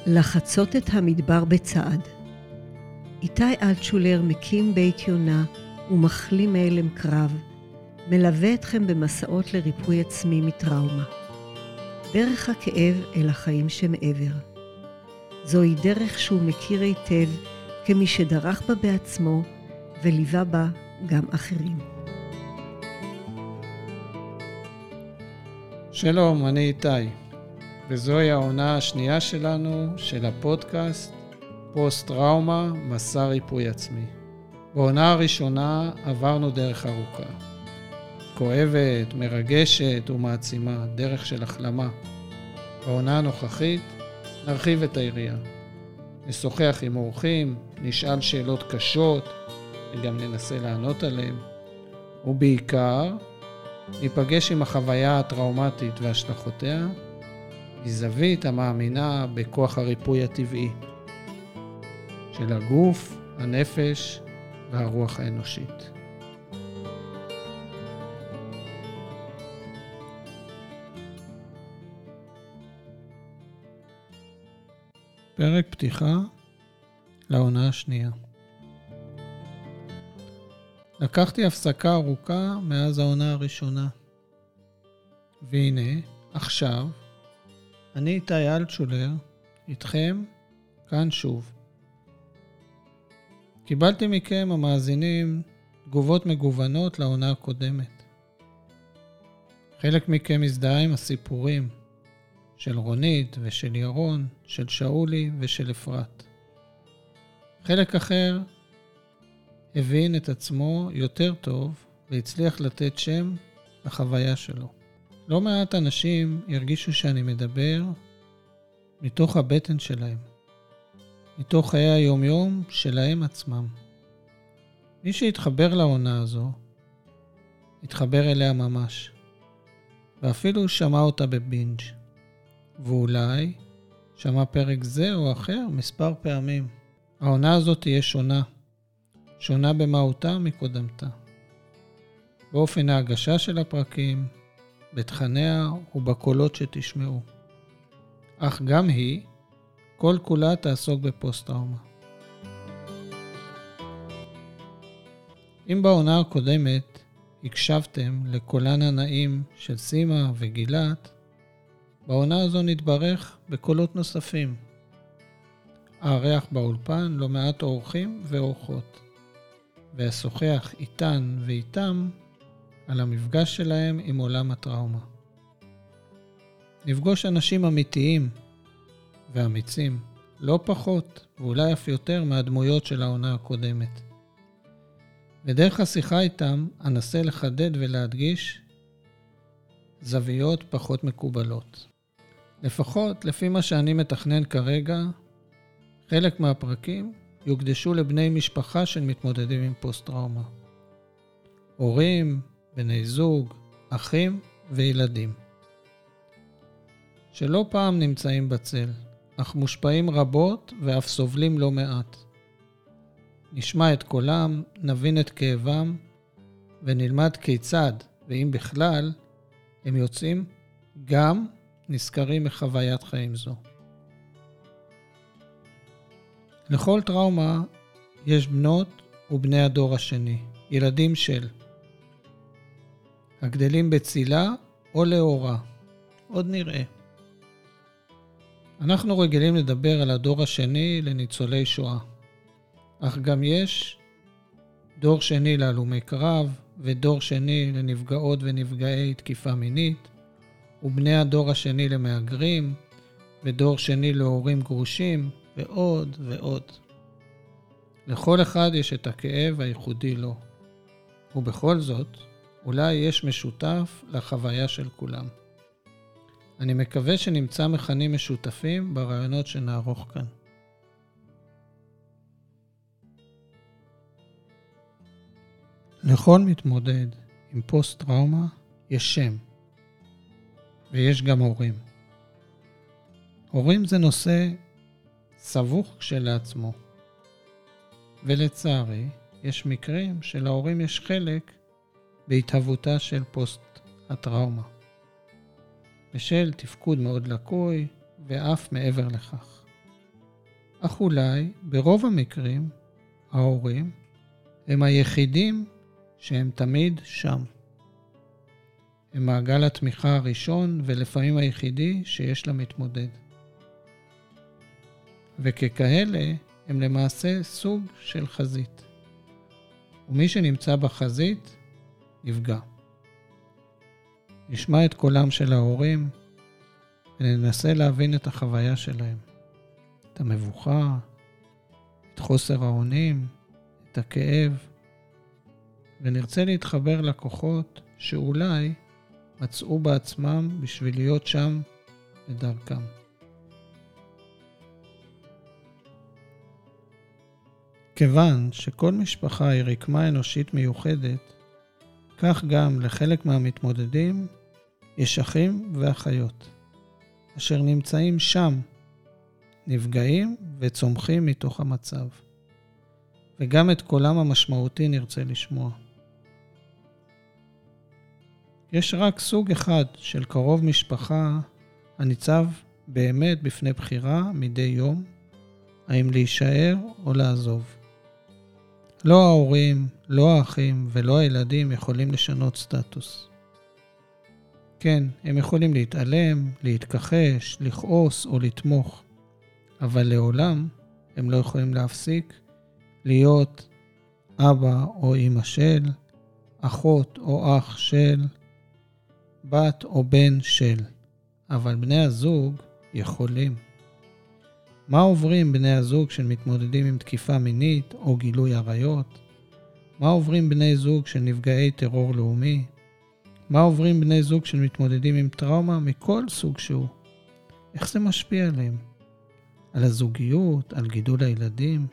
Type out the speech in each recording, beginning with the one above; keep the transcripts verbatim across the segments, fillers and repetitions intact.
לחצות את המדבר בצעד. איתי אלטשולר מקים בית יונה ומחלים מאלם קרב, מלווה אתכם במסעות לריפוי עצמי מטראומה. דרך הכאב אל החיים שמעבר. זוהי דרך שהוא מכיר היטב כמי שדרך בה בעצמו וליווה בה גם אחרים. שלום, אני איתי, וזוהי העונה השנייה שלנו של הפודקאסט פוסט-טראומה, מסע ריפוי עצמי. בעונה הראשונה עברנו דרך ארוכה. כואבת, מרגשת ומעצימה, דרך של החלמה. בעונה הנוכחית נרחיב את היריעה. נשוחח עם אורחים, נשאל שאלות קשות וגם ננסה לענות עליהן. ובעיקר ניפגש עם החוויה הטראומטית והשלכותיה מזווית המאמינה בכוח הריפוי הטבעי של הגוף, הנפש והרוח האנושית. פרק פתיחה לעונה השנייה. לקחתי הפסקה ארוכה מאז העונה הראשונה. והנה, עכשיו, אני איתי אלטשולר, איתכם, כאן שוב. קיבלתי מכם המאזינים תגובות מגוונות לעונה הקודמת. חלק מכם הזדהה עם הסיפורים של רונית ושל ירון, של שאולי ושל אפרת. חלק אחר הבין את עצמו יותר טוב והצליח לתת שם לחוויה שלו. לא מעט אנשים הרגישו שאני מדבר מתוך הבטן שלהם, מתוך חיי היום-יום שלהם עצמם. מי שהתחבר לעונה הזו, התחבר אליה ממש, ואפילו שמע אותה בבינג', ואולי שמע פרק זה או אחר מספר פעמים. העונה הזאת תהיה שונה, שונה במהותה מקודמתה. באופן ההגשה של הפרקים, בתכניה ובקולות שתשמעו. אך גם היא, כל כולה תעסוק בפוסט-טראומה. אם בעונה הקודמת הקשבתם לקולן הנעים של סימה וגילת, בעונה הזו נתברך בקולות נוספים. הארח באולפן לא מעט אורחים ואורחות, ואשוחח איתן ואיתם על המפגש שלהם עם עולם הטראומה. נפגוש אנשים אמיתיים ואמיצים, לא פחות ואולי אף יותר מהדמויות של העונה הקודמת. ודרך השיחה איתם אנסה לחדד ולהדגיש זוויות פחות מקובלות. לפחות לפי מה שאני מתכנן כרגע, חלק מהפרקים יוקדשו לבני משפחה של מתמודדים עם פוסט-טראומה. הורים, בני זוג, אחים וילדים. שלא פעם נמצאים בצל, אך מושפעים רבות ואף סובלים לא מעט. נשמע את קולם, נבין את כאבם, ונלמד כיצד, ואם בכלל, הם יוצאים גם נזכרים מחוויית חיים זו. לכל טראומה יש בנות ובני הדור השני, ילדים של הגדלים בצילה או לאורה, עוד נראה. אנחנו רגילים לדבר על הדור השני לניצולי שואה, אך גם יש דור שני להלומי קרב ודור שני לנפגעות ונפגעי תקיפה מינית, ובני הדור השני למהגרים ודור שני להורים גרושים ועוד ועוד. לכל אחד יש את הכאב הייחודי לו, ובכל זאת אולי יש משותף לחוויה של כולם. אני מקווה שנמצא מכנים משותפים ברעיונות שנערוך כאן. לכל מתמודד עם פוסט-טראומה יש שם, ויש גם הורים. הורים זה נושא סבוך כשלעצמו, ולצערי יש מקרים שלהורים יש חלק בהתהוותה של פוסט-הטראומה. בשל תפקוד מאוד לקוי ואף מעבר לכך. אך אולי ברוב המקרים ההורים הם היחידים שהם תמיד שם. הם מעגל התמיכה הראשון ולפעמים היחידי שיש למתמודד. וככאלה הם למעשה סוג של חזית. ומי שנמצא בחזית נפגע. נשמע את קולם של ההורים וננסה להבין את החוויה שלהם. את המבוכה, את חוסר האונים, את הכאב, ונרצה להתחבר לכוחות שאולי מצאו בעצמם בשביל להיות שם לדרכם. כיוון שכל משפחה היא רקמה אנושית מיוחדת, כך גם לחלק מהמתמודדים יש אחים ואחיות, אשר נמצאים שם, נפגעים וצומחים מתוך המצב. וגם את קולם המשמעותי נרצה לשמוע. יש רק סוג אחד של קרוב משפחה הניצב באמת בפני בחירה מדי יום, האם להישאר או לעזוב. לא ההורים, לא האחים ולא הילדים יכולים לשנות סטטוס. כן, הם יכולים להתעלם, להתכחש, לכעוס או לתמוך, אבל לעולם הם לא יכולים להפסיק להיות אבא או אמא של, אחות או אח של, בת או בן של. אבל בני הזוג יכולים. מה עוברים בני הזוג שמתמודדים עם תקיפה מינית או גילוי עריות? מה עוברים בני זוג של נפגעי טרור לאומי? מה עוברים בני זוג שמתמודדים עם טראומה מכל סוג שהוא? איך זה משפיע עליהם? על הזוגיות, על גידול הילדים?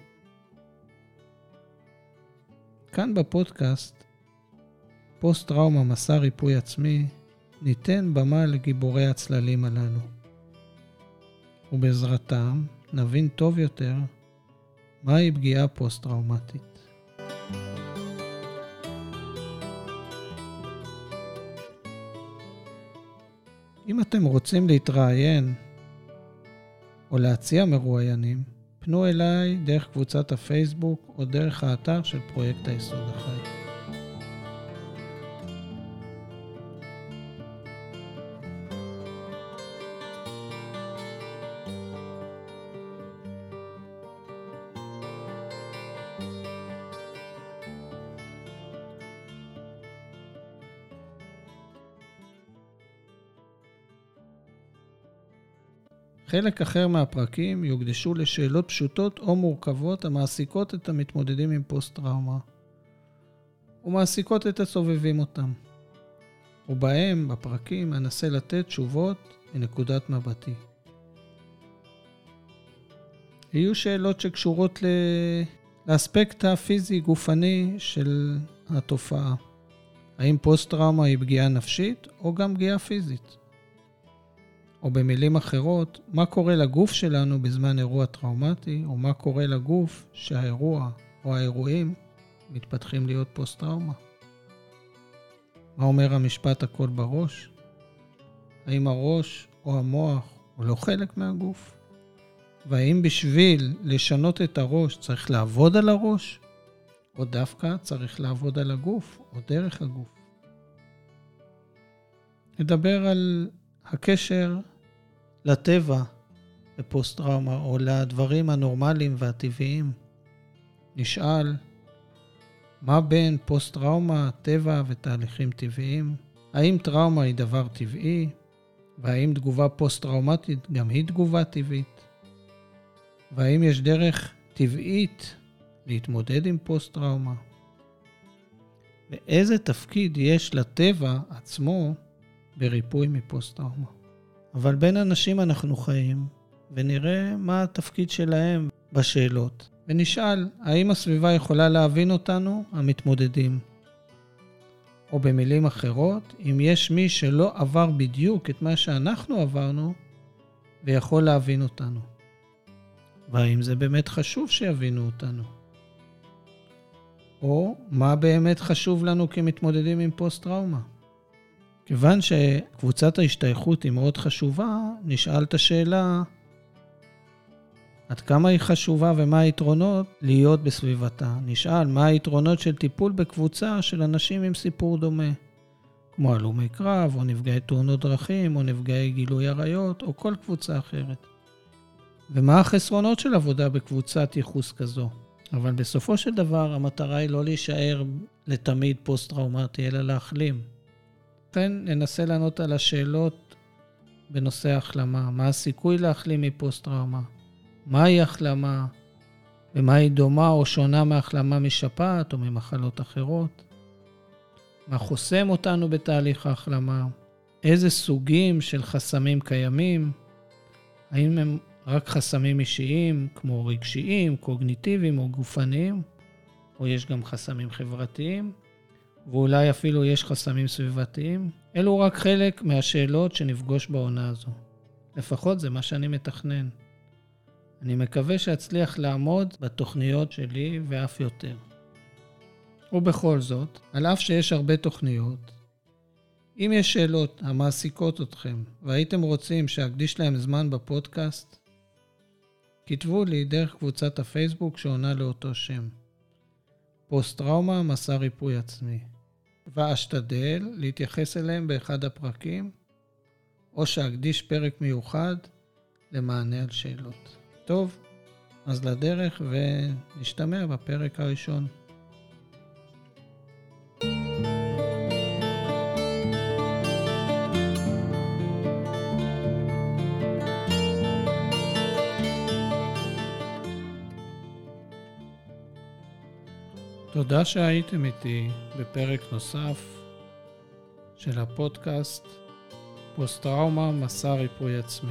כאן בפודקאסט, פוסט טראומה מסע ריפוי עצמי, ניתן במה לגיבורי הצללים הללו. ובעזרתם נבין טוב יותר מהי פגיעה פוסט-טראומטית. אם אתם רוצים להתראיין או להציע מרואיינים, פנו אליי דרך קבוצת הפייסבוק או דרך האתר של פרויקט היסוד החי. חלק אחר מהפרקים יוקדשו לשאלות פשוטות או מורכבות המעסיקות את המתמודדים עם פוסט-טראומה ומעסיקות את הסובבים אותם. ובהם, בפרקים, אנסה לתת תשובות מנקודת מבטי. יהיו שאלות שקשורות ל... לאספקט הפיזי-גופני של התופעה. האם פוסט-טראומה היא פגיעה נפשית או גם פגיעה פיזית? או במילים אחרות, מה קורה לגוף שלנו בזמן אירוע טראומטי, או מה קורה לגוף שהאירוע או האירועים מתפתחים להיות פוסט-טראומה. מה אומר המשפט הכל בראש? האם הראש או המוח הוא לא חלק מהגוף? והאם בשביל לשנות את הראש צריך לעבוד על הראש? או דווקא צריך לעבוד על הגוף או דרך הגוף? נדבר על הקשר לטבע בפוסט-טראומה או לדברים הנורמליים והטבעיים. נשאל, מה בין פוסט-טראומה, טבע ותהליכים טבעיים? האם טראומה היא דבר טבעי? והאם תגובה פוסט-טראומטית גם היא תגובה טבעית? והאם יש דרך טבעית להתמודד עם פוסט-טראומה? ואיזה תפקיד יש לטבע עצמו בריפוי מפוסט-טראומה? אבל בין אנשים אנחנו חיים, ונראה מה התפקיד שלהם בשאלות. ונשאל, האם הסביבה יכולה להבין אותנו, המתמודדים? או במילים אחרות, אם יש מי שלא עבר בדיוק את מה שאנחנו עברנו, ויכול להבין אותנו. והאם זה באמת חשוב שיבינו אותנו? או מה באמת חשוב לנו כמתמודדים עם פוסט-טראומה? כיוון שקבוצת ההשתייכות היא מאוד חשובה, נשאל את השאלה, עד כמה היא חשובה ומה היתרונות להיות בסביבתה. נשאל מה היתרונות של טיפול בקבוצה של אנשים עם סיפור דומה, כמו הלומי קרב, או נפגעי תאונות דרכים, או נפגעי גילוי עריות, או כל קבוצה אחרת. ומה החסרונות של עבודה בקבוצת ייחוס כזו. אבל בסופו של דבר המטרה היא לא להישאר לתמיד פוסט-טראומטי, אלא להחלים. לכן ננסה לענות על השאלות בנושא החלמה. מה הסיכוי להחלים מפוסט-טראומה? מהי החלמה? ומה היא דומה או שונה מהחלמה משפעת או ממחלות אחרות? מה חוסם אותנו בתהליך ההחלמה? איזה סוגים של חסמים קיימים? האם הם רק חסמים אישיים, כמו רגשיים, קוגניטיביים או גופניים? או יש גם חסמים חברתיים? ואולי אפילו יש חסמים סביבתיים? אלו רק חלק מהשאלות שנפגוש בעונה הזו. לפחות זה מה שאני מתכנן. אני מקווה שאצליח לעמוד בתוכניות שלי ואף יותר. ובכל זאת, על אף שיש הרבה תוכניות, אם יש שאלות המעסיקות אתכם והייתם רוצים שאקדיש להם זמן בפודקאסט, כתבו לי דרך קבוצת הפייסבוק שעונה לאותו שם. פוסט-טראומה, מסע ריפוי עצמי. ואשתדל להתייחס אליהם באחד הפרקים, או שאקדיש פרק מיוחד למענה על שאלות. טוב, אז לדרך ונשתמע בפרק הראשון. תודה שהייתם איתי בפרק נוסף של הפודקאסט פוסט-טראומה, מסע ריפוי עצמי.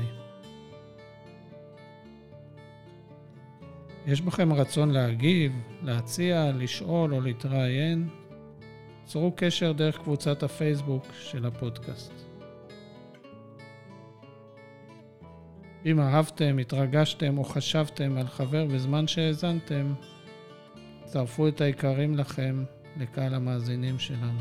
יש בכם רצון להגיב, להציע, לשאול או להתראיין? צרו קשר דרך קבוצת הפייסבוק של הפודקאסט. אם אהבתם, התרגשתם או חשבתם על חבר בזמן שהאזנתם, צרפו את העיקרים לכם לקהל המאזינים שלנו.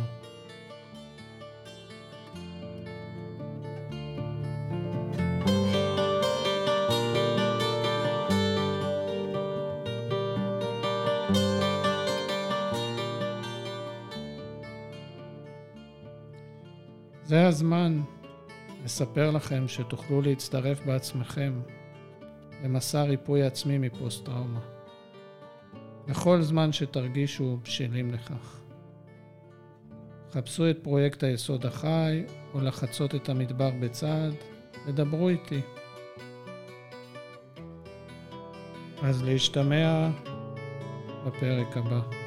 זה הזמן לספר לכם שתוכלו להצטרף בעצמכם למסע ריפוי עצמי מפוסט-טראומה. בכל זמן שתרגישו בשלים לכך. חפשו את פרויקט היסוד החי או לחצות את המדבר בצעד ודברו איתי. אז להשתמע בפרק הבא.